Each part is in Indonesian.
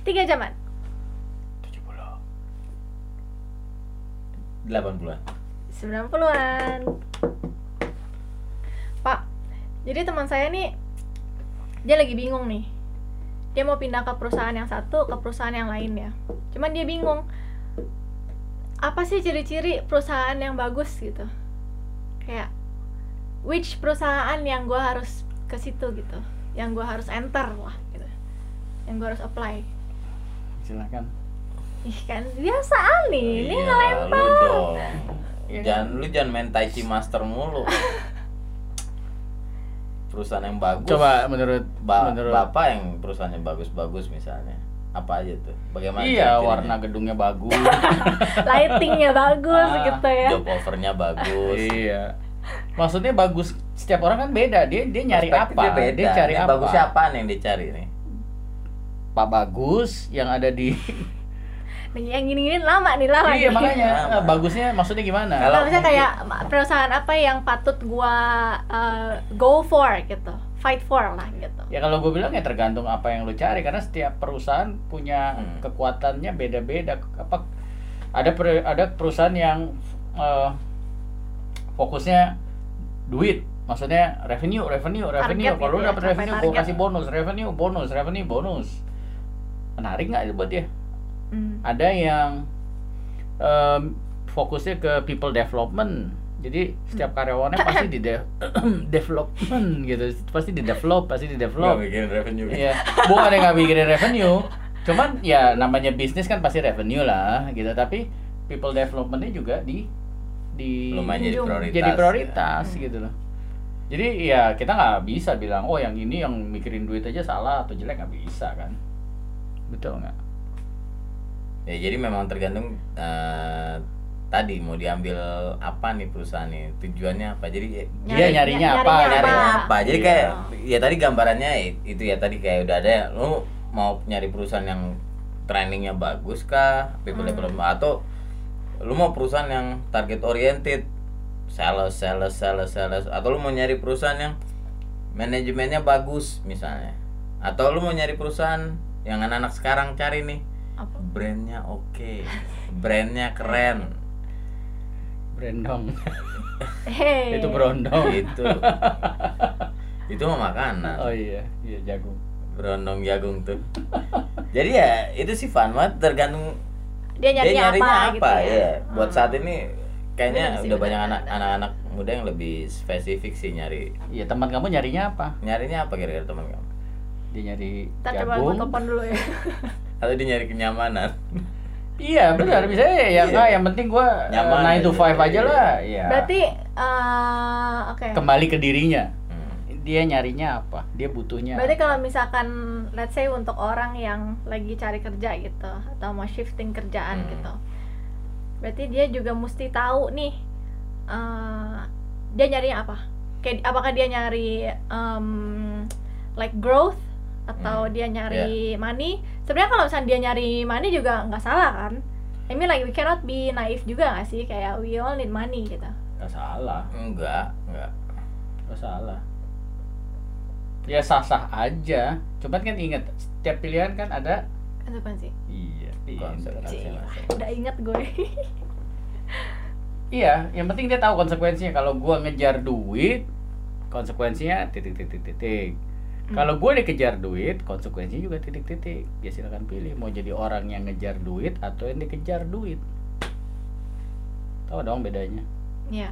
3 jaman. 70. 80-an. 90-an. Pak, jadi teman saya nih, dia lagi bingung nih. Dia mau pindah ke perusahaan yang satu ke perusahaan yang lain ya. Cuman dia bingung, apa sih ciri-ciri perusahaan yang bagus gitu. Kayak, which perusahaan yang gue harus ke situ gitu, yang gue harus enter lah gitu, yang gue harus apply. Silakan. Ih kan biasa nih, ini Iya, ngelempar. lu dong. Iya. Lu jangan main Tai Chi Master mulu. Perusahaan yang bagus. Coba menurut Bapak yang perusahaannya bagus-bagus misalnya. Apa aja tuh? Bagaimana? iya, ciri-cirinya? warna gedungnya bagus. Lightingnya bagus gitu ya. Job offernya bagus. Iya. Maksudnya bagus, setiap orang kan beda. Dia nyari apa? Perspektifnya beda. Dia cari Ini apa? Bagusnya apaan yang dicari nih? Pak bagus yang ada di Yang gini-gini lama nih. iya, makanya Lama. bagusnya maksudnya gimana? Kalau Misalnya mungkin- kayak perusahaan apa yang patut gua go for gitu, fight for lah gitu. Ya kalau gue bilang ya tergantung apa yang lu cari, karena setiap perusahaan punya kekuatannya beda-beda. Ada perusahaan yang fokusnya duit, maksudnya revenue. Target Kalau lu gitu ya, dapat capai revenue, gue target. kasih bonus. Menarik nggak itu buat dia? Ada yang fokusnya ke people development. Jadi setiap karyawannya pasti di development gitu, pasti di develop. Nggak mikirin revenue. Iya, bukan yang nggak mikirin revenue, cuman ya namanya bisnis kan pasti revenue lah gitu. Tapi people developmentnya juga di Lumayan jadi Jadi prioritas. gitu loh. Jadi ya kita nggak bisa bilang oh yang ini yang mikirin duit aja salah atau jelek, nggak bisa kan, betul nggak? Ya jadi memang tergantung tadi mau diambil apa nih perusahaan nih, tujuannya apa. Jadi Dia nyarinya apa? nyarinya apa. Jadi Iya. kayak ya tadi gambarannya itu ya tadi kayak udah ada lu mau nyari perusahaan yang trainingnya bagus kah, people development, atau lu mau perusahaan yang target oriented, sales, atau lu mau nyari perusahaan yang manajemennya bagus misalnya, atau lu mau nyari perusahaan yang anak-anak sekarang cari nih, Apa? brandnya oke, brandnya keren. Brandong. Hey. Itu brondong. Itu mah makanan. Oh iya jagung. Brondong jagung tuh. Jadi ya itu sih fun banget, tergantung Dia nyarinya nyarinya apa, apa gitu ya. Buat saat ini kayaknya Bener sih, udah banyak bener. anak-anak muda yang lebih spesifik sih nyari. Iya, teman kamu nyarinya apa? Nyarinya apa kira-kira teman kamu? Dia nyari Ntar coba gue jagung. telepon dulu ya. Atau dia nyari kenyamanan? Iya benar, misalnya ya Iya. nggak, yang penting gua Nyaman 9 to 5 aja. aja lah. Iya. Berarti oke. Kembali ke dirinya. Hmm. Dia nyarinya apa? Dia butuhnya. Berarti apa? kalau misalkan let's say untuk orang yang lagi cari kerja gitu atau mau shifting kerjaan gitu. Berarti dia juga mesti tahu nih dia nyarinya apa. Kayak apakah dia nyari like growth atau dia nyari money. Sebenarnya kalau misalnya dia nyari money juga nggak salah kan. I mean like we cannot be naive juga nggak sih, kayak we all need money gitu. Nggak salah. Enggak. Nggak salah. Ya sah-sah aja. Cuman kan ingat, setiap pilihan kan ada. Konsekuensi. Iya. Konsekuensi. Udah inget gue. Iya, yang penting dia tahu konsekuensinya. Kalau gua ngejar duit, konsekuensinya titik. Kalau gue dikejar duit, konsekuensinya juga titik. Ya silakan pilih mau jadi orang yang ngejar duit atau yang dikejar duit. Tahu dong bedanya. Iya.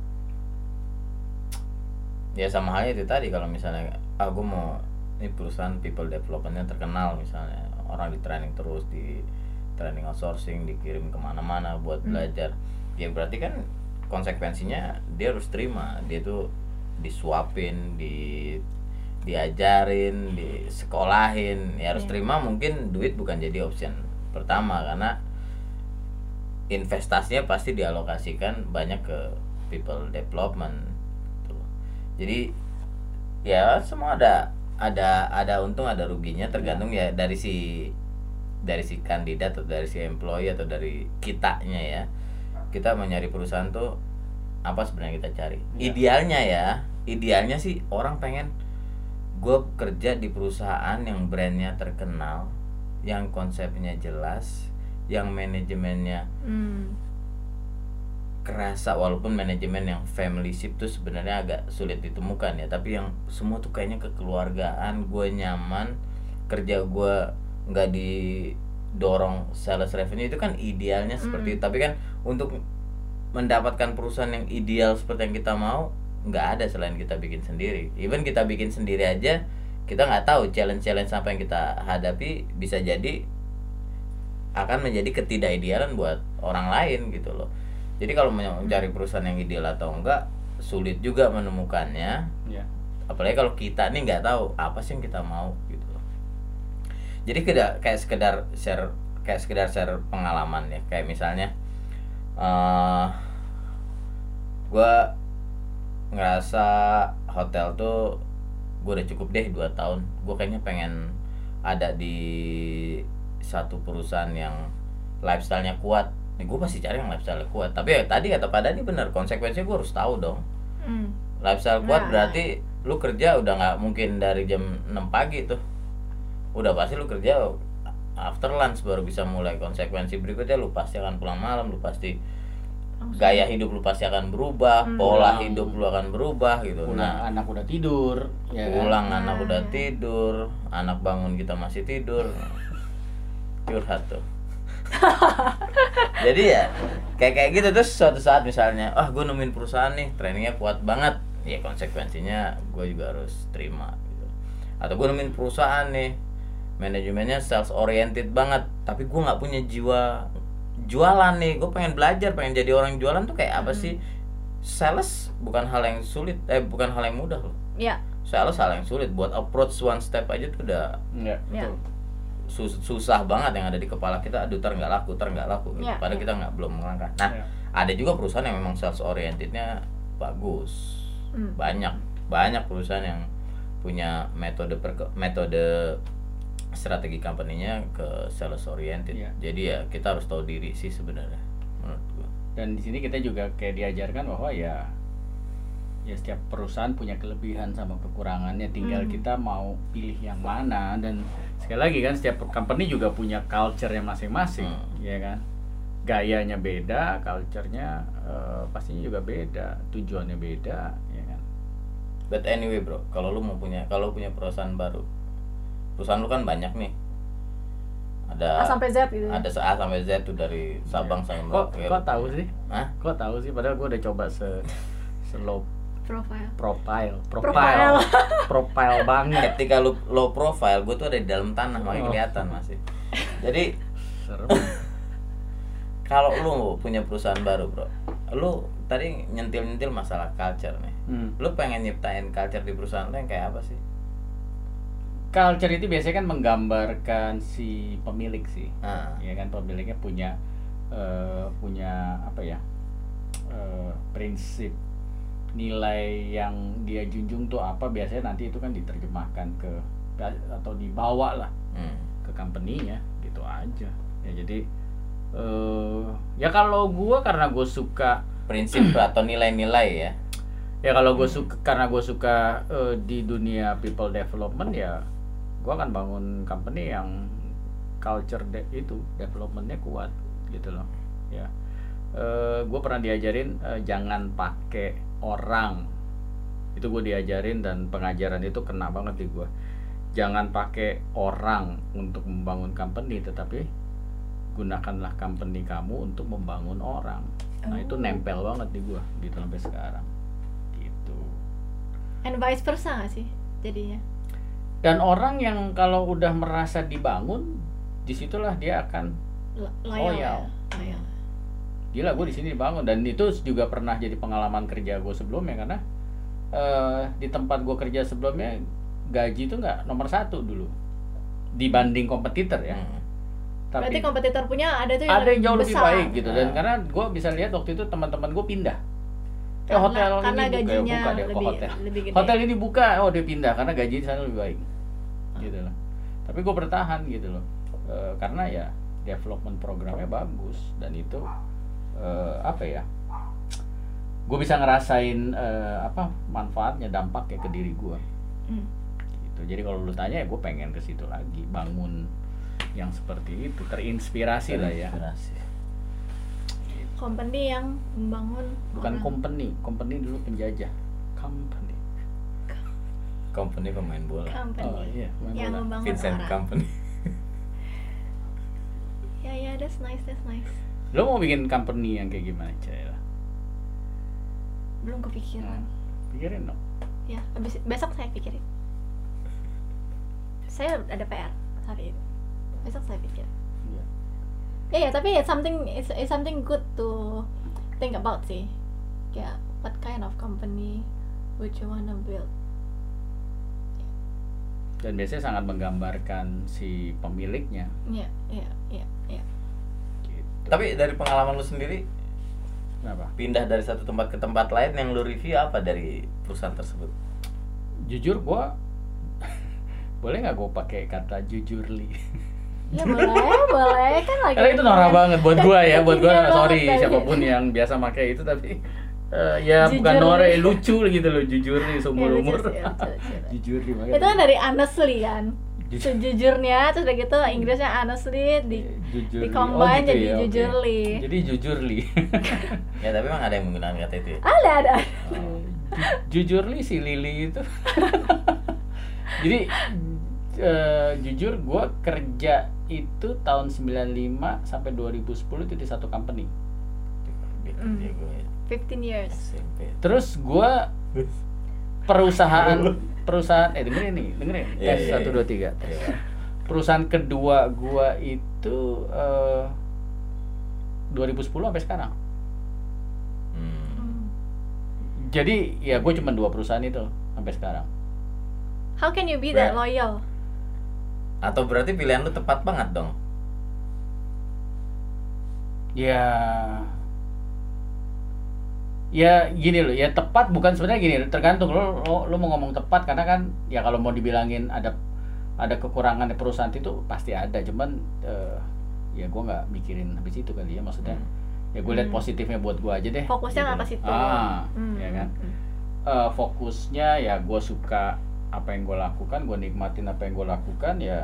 Ya sama halnya itu tadi, kalau misalnya gue mau ini perusahaan people developmentnya terkenal misalnya, orang di training terus, di training outsourcing, dikirim kemana-mana buat belajar, ya berarti kan konsekuensinya dia harus terima, dia tuh disuapin, diajarin, disekolahin, ya harus terima. Mungkin duit bukan jadi option pertama, karena investasinya pasti dialokasikan banyak ke people development tuh. Jadi ya semua ada untung ada ruginya, tergantung ya dari si kandidat atau dari si employee atau dari kitanya ya. Kita mau nyari perusahaan tuh apa sebenarnya kita cari. Idealnya sih orang pengen gue kerja di perusahaan yang brandnya terkenal, yang konsepnya jelas, yang manajemennya kerasa, walaupun manajemen yang familyship tuh sebenarnya agak sulit ditemukan ya, tapi yang semua tuh kayaknya kekeluargaan, gue nyaman, kerja gue nggak didorong sales revenue, itu kan idealnya seperti itu. Tapi kan untuk mendapatkan perusahaan yang ideal seperti yang kita mau, nggak ada selain kita bikin sendiri. Even kita bikin sendiri aja, kita nggak tahu challenge apa yang kita hadapi, bisa jadi akan menjadi ketidakidealan buat orang lain gitu loh. Jadi kalau mencari perusahaan yang ideal atau enggak, sulit juga menemukannya. Ya. Apalagi kalau kita nih nggak tahu apa sih yang kita mau gitu loh. Jadi kayak sekedar share pengalaman ya. Kayak misalnya gue ngerasa hotel tuh gue udah cukup deh 2 tahun. Gue kayaknya pengen ada di satu perusahaan yang lifestyle-nya kuat. Gue pasti cari yang lifestyle kuat. Tapi ya tadi kata Pak Dani bener, konsekuensinya gue harus tahu dong. Lifestyle kuat berarti lu kerja udah nggak mungkin dari jam 6 pagi tuh. Udah pasti lu kerja after lunch baru bisa mulai. Konsekuensi berikutnya lu pasti akan pulang malam, lu pasti gaya hidup lu pasti akan berubah, pola hidup lu akan berubah gitu. Pulang anak udah tidur, ya pulang kan? anak udah tidur, anak bangun kita masih tidur. Curhat tuh. Jadi ya kayak gitu. Terus suatu saat misalnya gue nemuin perusahaan nih trainingnya kuat banget, ya konsekuensinya gue juga harus terima gitu. Atau gue nemuin perusahaan nih manajemennya sales oriented banget, tapi gue nggak punya jiwa jualan nih, gue pengen belajar, pengen jadi orang jualan tuh kayak apa sih. Sales bukan hal yang sulit, bukan hal yang mudah loh. Iya. Sales hal yang sulit, buat approach one step aja tuh udah susah banget yang ada di kepala kita. Aduh ntar nggak laku gitu. Padahal kita belum melangkah. Nah ada juga perusahaan yang memang sales orientednya bagus. Banyak perusahaan yang punya metode strategi company-nya ke sales oriented. Jadi ya kita harus tahu diri sih sebenarnya menurut gua. Dan di sini kita juga kayak diajarkan bahwa ya setiap perusahaan punya kelebihan sama kekurangannya, tinggal kita mau pilih yang mana. Dan sekali lagi kan setiap company juga punya culture-nya masing-masing, ya kan. Gayanya beda, culture-nya pastinya juga beda, tujuannya beda, ya kan. But anyway bro, kalau punya perusahaan baru, perusahaan lu kan banyak nih. Ada A sampai Z gitu. Ada A sampai Z tuh dari Sabang sampai Merauke. Kok tahu sih? Hah? Kok tahu sih? Padahal gue udah coba low profile banget. Ketika lu low profile, gue tuh ada di dalam tanah, makanya kelihatan masih. Jadi serem. Kalau lu punya perusahaan baru bro, lu tadi nyentil masalah culture nih. Lu pengen nyiptain culture di perusahaan lu yang kayak apa sih? Culture itu biasanya kan menggambarkan si pemilik sih. Ya kan, pemiliknya punya apa ya, prinsip, nilai yang dia junjung tuh apa. Biasanya nanti itu kan diterjemahkan atau dibawa lah ke company-nya gitu aja ya. Jadi ya kalau gua karena gue suka prinsip atau nilai-nilai ya kalau gue karena gue suka di dunia people development, ya gue akan bangun company yang culture developmentnya kuat gitu loh ya. Gue pernah diajarin jangan pakai orang, itu gue diajarin dan pengajaran itu kena banget di gue. Jangan pakai orang untuk membangun company, tetapi gunakanlah company kamu untuk membangun orang. Nah itu nempel banget di gue gitu sampai sekarang gitu. And vice versa gak sih jadinya? Dan orang yang kalau udah merasa dibangun, disitulah dia akan loyal. Gila, gue di sini dibangun. Dan itu juga pernah jadi pengalaman kerja gue sebelumnya, karena di tempat gue kerja sebelumnya gaji itu nggak nomor 1 dulu dibanding kompetitor ya. Tapi berarti kompetitor punya ada tuh yang jauh lebih besar. baik gitu. Dan karena gue bisa lihat waktu itu teman-teman gue pindah. Hotel karena ini gajinya buka deh, lebih gede. Hotel ini buka, dia pindah karena gaji di sana lebih baik. Gitu loh. Tapi gue bertahan gitu loh. Karena ya development programnya bagus dan itu apa ya? Gue bisa ngerasain manfaatnya, dampaknya ke diri gue. Gitu. Jadi kalau lu tanya ya gue pengen ke situ lagi, bangun yang seperti itu, terinspirasi lah ya. Terinspirasi. Company yang membangun Bukan orang. company dulu penjajah. Company pemain bola. Company Oh iya, main yang bola. membangun Vincent orang. Company. Ya, that's nice. Lo mau bikin company yang kayak gimana, Caya? Belum kepikiran. Pikirin dong. Ya, besok saya pikirin. Saya ada PR hari ini. Besok saya pikir. Iya. Ya, tapi it's something good to think about sih. Kayak what kind of company would you wanna build? Dan biasanya sangat menggambarkan si pemiliknya. Iya. Gitu. Tapi dari pengalaman lu sendiri, Kenapa? pindah dari satu tempat ke tempat lain yang lu review apa dari perusahaan tersebut? Jujur gua boleh nggak gue pakai kata jujurly? Ya boleh kan lagi. Karena itu norak banget buat gua ya, buat gua Kekinian sorry banget siapapun yang biasa pakai itu, tapi ya bukan Jujurly. norak, lucu gitu loh, jujurly seumur Ya, umur. lucu sih, lucu. Jujurly banget. Itu kan dari honestly kan. Jujur. Sejujurnya, terus udah gitu Inggrisnya honestly Jujurly. di-combine jadi ya, oke. jujurly. Jadi jujurly. Ya tapi emang ada yang menggunakan kata itu ya? Ada. Jujurly si Lili itu. Jadi jujur gue kerja itu tahun 95 sampai 2010 itu di satu company. Dia kerja gue 15 years. SMP. Terus gue perusahaan dengerin Iya, tes iya, 1 2 3. Iya. Perusahaan kedua gue itu 2010 sampai sekarang. Hmm. Jadi ya gue cuma 2 perusahaan itu sampai sekarang. How can you be that loyal? Atau berarti pilihan lu tepat banget dong? Ya gini loh, ya tepat bukan sebenarnya gini, tergantung lo mau ngomong tepat, karena kan ya kalau mau dibilangin ada kekurangan di perusahaan itu pasti ada, cuman ya gue nggak mikirin habis itu kali ya, maksudnya ya gue lihat positifnya buat gue aja deh. Fokusnya nggak ke gitu. situ. Ya kan. Fokusnya ya gue suka apa yang gue lakukan, gue nikmatin apa yang gue lakukan, ya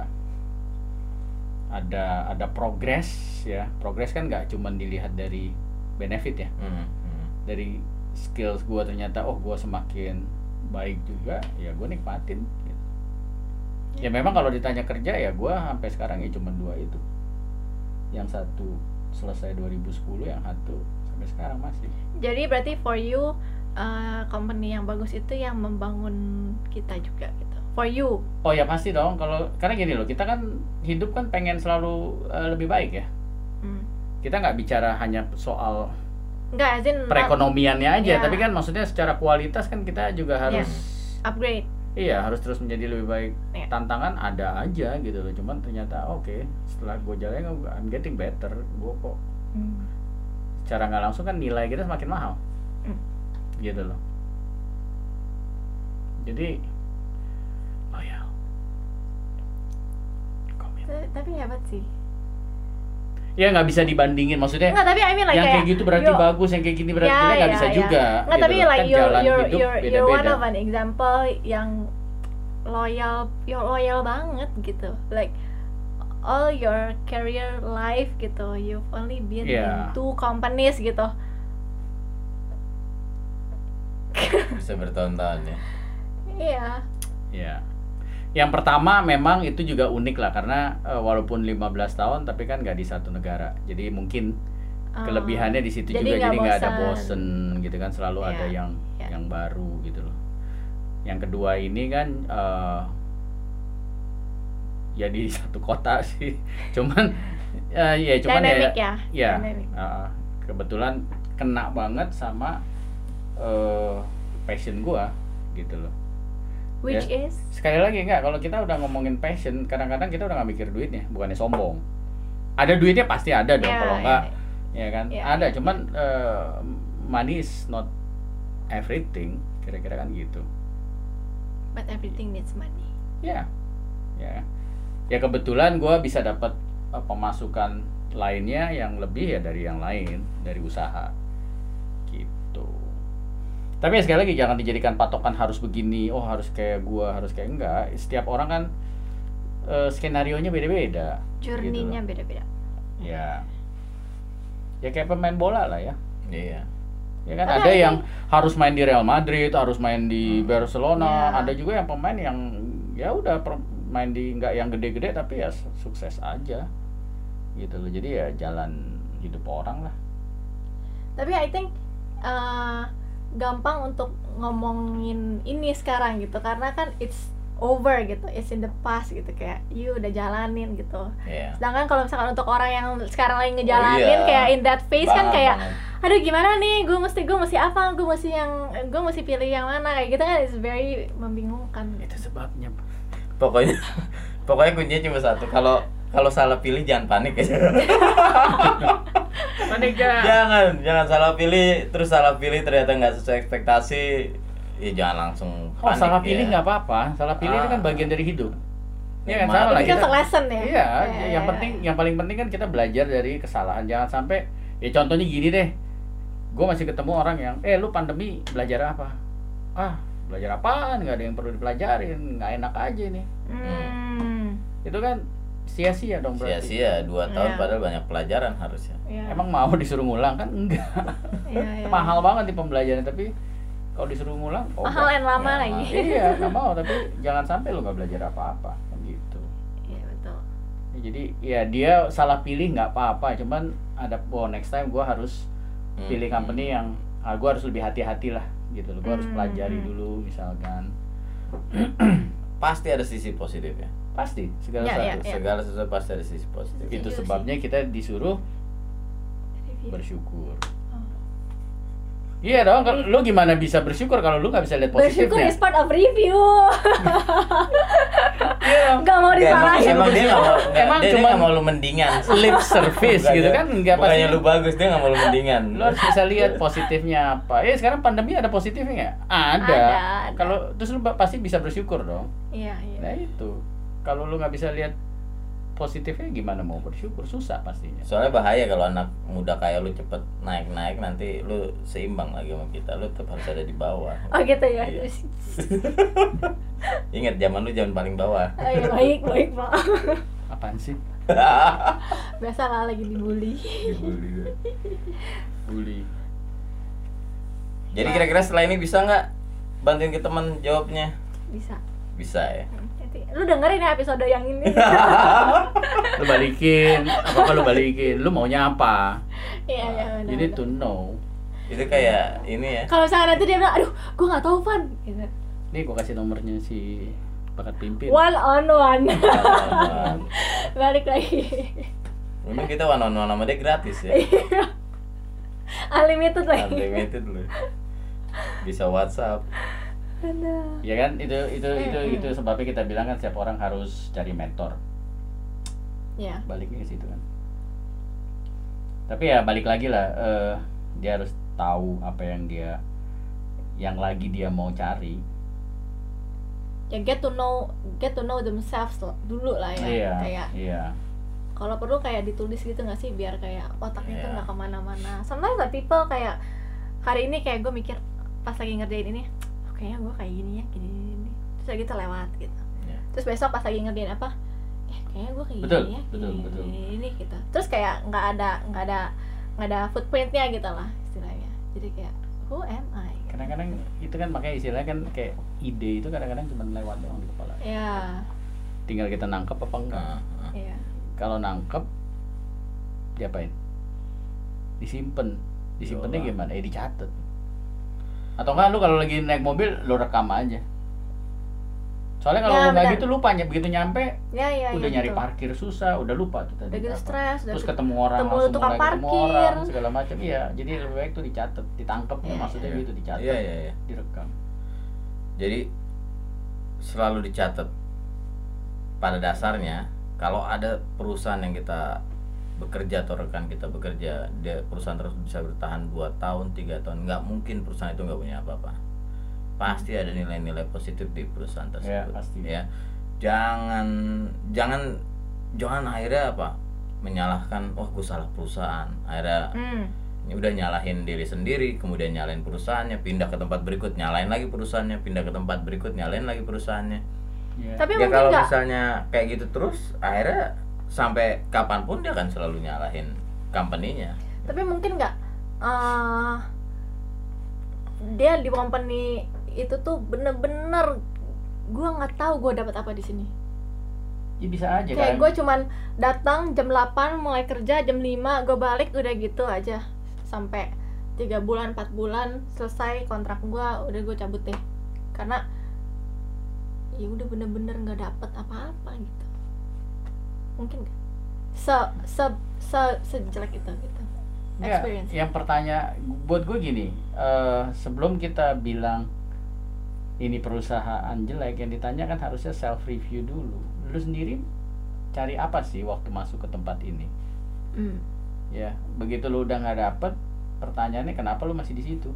ada progres ya. Progres kan nggak cuma dilihat dari benefit ya. Dari skills gue ternyata gue semakin baik juga, ya gue nikmatin gitu. Ya memang kalau ditanya kerja ya gue sampai sekarang ya cuma 2 itu. Yang satu selesai 2010, yang satu sampai sekarang masih. Jadi berarti for you company yang bagus itu yang membangun kita juga gitu. For you. Oh ya pasti dong, karena gini loh, kita kan hidup kan pengen selalu lebih baik ya. Kita nggak bicara hanya soal Enggak, as in perekonomiannya aja, Yeah. tapi kan maksudnya secara kualitas kan kita juga harus upgrade. Iya, harus terus menjadi lebih baik. Yeah. Tantangan ada aja gitu loh, cuman ternyata oke, setelah gue jalanin I'm getting better, gue kok secara nggak langsung kan nilai kita semakin mahal, gitu loh. Jadi loyal, komit. Tapi hebat sih. Ya nggak bisa dibandingin, maksudnya Enggak, tapi I mean like yang kayak kayak gitu berarti you- bagus, yang kayak gini berarti jelek, nggak bisa juga. Enggak, gitu tapi loh. like Kan jalan hidup you're one beda-beda. of an example yang loyal banget gitu. Like all your career life gitu, you've only been Yeah. in 2 companies gitu. Bisa bertahun-tahun ya. Iya. Ya. Yang pertama memang itu juga unik lah, karena walaupun 15 tahun tapi kan nggak di satu negara. Jadi mungkin kelebihannya di situ jadi juga, nggak jadi nggak ada bosan. bosen gitu kan, selalu Iya, ada yang iya. yang baru gitu loh. Yang kedua ini kan ya di satu kota sih. Cuman cuman Dynamic ya ya. Dynamic. kebetulan kena banget sama passion gua gitu loh. Which Ya. is Sekali lagi enggak, kalau kita udah ngomongin passion, kadang-kadang kita udah nggak mikir duitnya, bukannya sombong. Ada duitnya pasti ada dong, Yeah, kalau enggak yeah. ya kan Yeah. ada, cuman money is not everything, kira-kira kan gitu. but everything needs money. Ya kebetulan gue bisa dapat pemasukan lainnya yang lebih ya dari yang lain, dari usaha gitu. Tapi ya sekali lagi jangan dijadikan patokan harus begini, harus kayak gue, harus kayak enggak. Setiap orang kan skenario-nya beda-beda. Journey-nya gitu loh. beda-beda. Ya. Ya kayak pemain bola lah ya. Iya. Ya kan Tapi ada I yang harus main di Real Madrid, harus main di Barcelona, Iya. ada juga yang pemain yang ya udah main di nggak yang gede-gede tapi ya sukses aja. Gitu loh. Jadi ya jalan hidup orang lah. Tapi I think gampang untuk ngomongin ini sekarang gitu karena kan it's over gitu, it's in the past gitu, kayak you udah jalanin gitu. Iya. Sedangkan kalau misalkan untuk orang yang sekarang lagi ngejalanin Oh, iya. kayak in that phase kan Banget, kayak banget. aduh gimana nih, gue mesti apa, gue mesti pilih yang mana kayak gitu kan, it's very membingungkan. Itu sebabnya. Pokoknya kuncinya cuma satu. Kalau salah pilih jangan panik aja. Panik ya. jangan salah pilih, terus salah pilih ternyata nggak sesuai ekspektasi, ya jangan langsung Oh, panik. salah ya. pilih nggak apa-apa. Salah pilih itu kan bagian dari hidup. Iya kan, Nikmat. sama lah Tapi kan kita. lesson ya. Iya, Iya, yang iya. penting, yang paling penting kan kita belajar dari kesalahan. Jangan sampai, ya contohnya gini deh. Gue masih ketemu orang yang, lu pandemi belajar apa? Ah, belajar apaan? Nggak ada yang perlu dipelajarin, nggak enak aja nih. Itu kan sia-sia dong berarti. Sia-sia 2 tahun Iya. padahal banyak pelajaran harusnya. Iya. Emang mau disuruh ngulang kan? Enggak. Iya, iya. Mahal banget nih pembelajaran, tapi kalau disuruh ngulang, Mahal dan lama Ya, lagi. Iya, nggak mau. Tapi jangan sampai lu nggak belajar apa-apa, kan gitu. Iya betul. Ya, jadi ya dia salah pilih nggak apa-apa, cuman ada next time gue harus pilih company yang gue harus lebih hati-hati lah gitu loh. Gue harus pelajari dulu misalkan. Pasti ada sisi positifnya. Pasti segala Ya, sesuatu. ya. Segala sesuatu pasti ada sisi positif. Itu Setuju sebabnya kita disuruh Review. bersyukur. Oh. Iya dong, lu gimana bisa bersyukur kalau lu nggak bisa lihat Bersyukur positifnya? is part of review. Iya dong. Gak mau Emang, disalahin. emang dia nggak mau, Emang dia cuman nggak mau lu mendingan. lip service gitu kan, nggak pasti. Bukannya lu bagus, dia nggak mau lu mendingan. Lu harus bisa lihat positifnya apa. Sekarang pandemi ada positifnya nggak? Ada. Ada. Kalau terus lu pasti bisa bersyukur dong. Iya, iya. Nah itu. Kalau lu nggak bisa lihat positifnya gimana mau bersyukur? Susah pastinya. Soalnya bahaya kalau anak muda kayak lu cepet naik nanti lu seimbang lagi sama kita, lu tetap harus ada di bawah. Oh gitu ya. Iya. Ingat zaman lu zaman paling bawah. Oh, iya, baik Pak. Apaan sih? Biasa lah lagi dibully. Bully. Jadi kira-kira setelah ini bisa nggak bantuin ke teman jawabnya? Bisa. Bisa ya. Nanti lu dengerin ya episode yang ini. Lu balikin, apa lu balikin? Lu maunya apa? Iya, iya benar. You need to know. Itu kayak ini ya. Kalau misalnya nanti dia bilang, aduh, gue nggak tahu Van. Gitu. Nih gua kasih nomornya si bakat pimpin. One on one. Balik lagi. Memang kita one on one sama dia gratis ya. Unlimited lagi. Unlimited lu. Bisa WhatsApp. Aduh. Ya kan itu sebabnya kita bilang kan setiap orang harus cari mentor. Ya. Baliknya ke situ kan. Tapi ya balik lagi lah, dia harus tahu apa yang lagi dia mau cari. Ya get to know themselves dulu lah ya. Iya. Kayak Iya. kalau perlu kayak ditulis gitu nggak sih biar kayak otaknya tuh Iya. nggak kemana-mana. Sometimes like people kayak hari ini kayak gue mikir pas lagi ngerjain ini, oh, kayaknya gue kayak gini ya, gini. Terus lagi terlewat gitu. Iya. Terus besok pas lagi ngerjain apa, kayaknya gue kayak Betul, gini ya, betul. ini gitu. Terus kayak nggak ada footprintnya gitu lah istilahnya. Jadi kayak who am I? Kadang-kadang itu kan makanya istilahnya kan kayak ide itu kadang-kadang cuma lewat doang di kepala. Ya, Tinggal kita nangkep apa enggak. iya. Kalau nangkep diapain? Disimpen. Disimpennya Yolah. gimana? Dicatat. Atau enggak lu kalau lagi naik mobil lu rekam aja. Soalnya kalau Ya, lu nggak benar. gitu lupa, begitu nyampe Ya, udah nyari betul. parkir susah, udah lupa tuh tadi. Udah gitu apa. stres, udah Terus ketemu orang ketemu langsung tukang mulai ketemu parkir. orang segala macam. Iya, jadi lebih baik tuh dicatat, ditangkep Iya, maksudnya iya. gitu dicatat. Iya. Direkam. Jadi selalu dicatat. Pada dasarnya kalau ada perusahaan yang kita bekerja atau rekan kita bekerja, dia perusahaan terus bisa bertahan 2 tahun, 3 tahun, nggak mungkin perusahaan itu nggak punya apa-apa. Pasti ada nilai-nilai positif di perusahaan tersebut. Ya, pasti. Ya. Jangan akhirnya apa? Menyalahkan, gue salah perusahaan. Akhirnya ini udah nyalahin diri sendiri, kemudian nyalahin perusahaannya, pindah ke tempat berikut, nyalain lagi perusahaannya, pindah ke tempat berikut, nyalain lagi perusahaannya. Ya. Tapi Ya mungkin kalau nggak, misalnya kayak gitu terus, akhirnya sampai kapanpun dia akan selalu nyalahin company-nya. tapi mungkin nggak dia di company itu tuh bener-bener gue nggak tahu gue dapat apa di sini. Ya bisa aja Kayak kan. gue cuman datang jam 8 mulai kerja jam 5 gue balik udah gitu aja sampai 3 bulan 4 bulan selesai kontrak gue, udah gue cabut deh karena ya udah bener-bener nggak dapet apa-apa gitu. Mungkin nggak sejelek itu gitu Enggak, experience. yang pertanyaan buat gue gini, sebelum kita bilang ini perusahaan jelek, yang ditanya kan harusnya self review dulu. Lu sendiri cari apa sih waktu masuk ke tempat ini? Hmm. Ya, begitu lu udah nggak dapet, pertanyaannya kenapa lu masih di situ?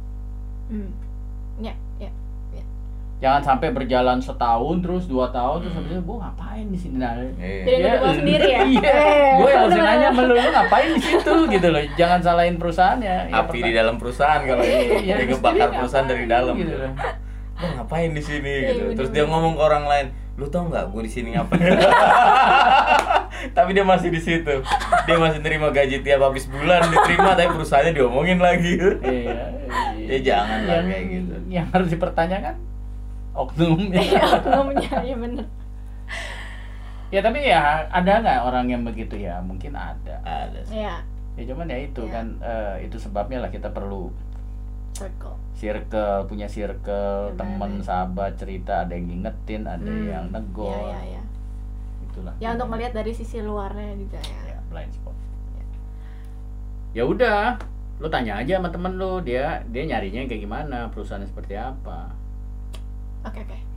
Ya. Jangan sampai berjalan setahun terus 2 tahun terus habis itu gue ngapain di sini? Nah, Jadi ngedumel sendiri ya. Iya, gue yang mesti nanya sama lu ngapain di situ gitu loh. Jangan salahin perusahaannya. Ya, Api di dalam perusahaan kalau ini Iya, dia lu ngebakar sendiri perusahaan dari ngapain dalam. gitu loh. Lo ngapain di sini Iya, gitu. Terus bener-bener. dia ngomong ke orang lain, lu tau nggak gue di sini ngapain? Tapi dia masih di situ. Dia masih nerima gaji tiap habis bulan diterima, tapi perusahaannya diomongin lagi. Iya. Ya jangan lah Yang- kayak gitu. Yang harus dipertanyakan oknumnya. Oknumnya ya bener. Ya tapi ya ada nggak orang yang begitu ya? Mungkin ada. Ada sih. Ya, Ya cuman ya itu Iya. kan itu sebabnya lah kita perlu circle. punya circle, Ya, teman, bener. sahabat, cerita, ada yang ngingetin, ada yang negor. Ya. Itulah. Ya untuk melihat dari sisi luarnya juga ya. Ya, blind spot. Ya udah, lu tanya aja sama temen lu, dia nyarinya kayak gimana, perusahaannya seperti apa. Oke.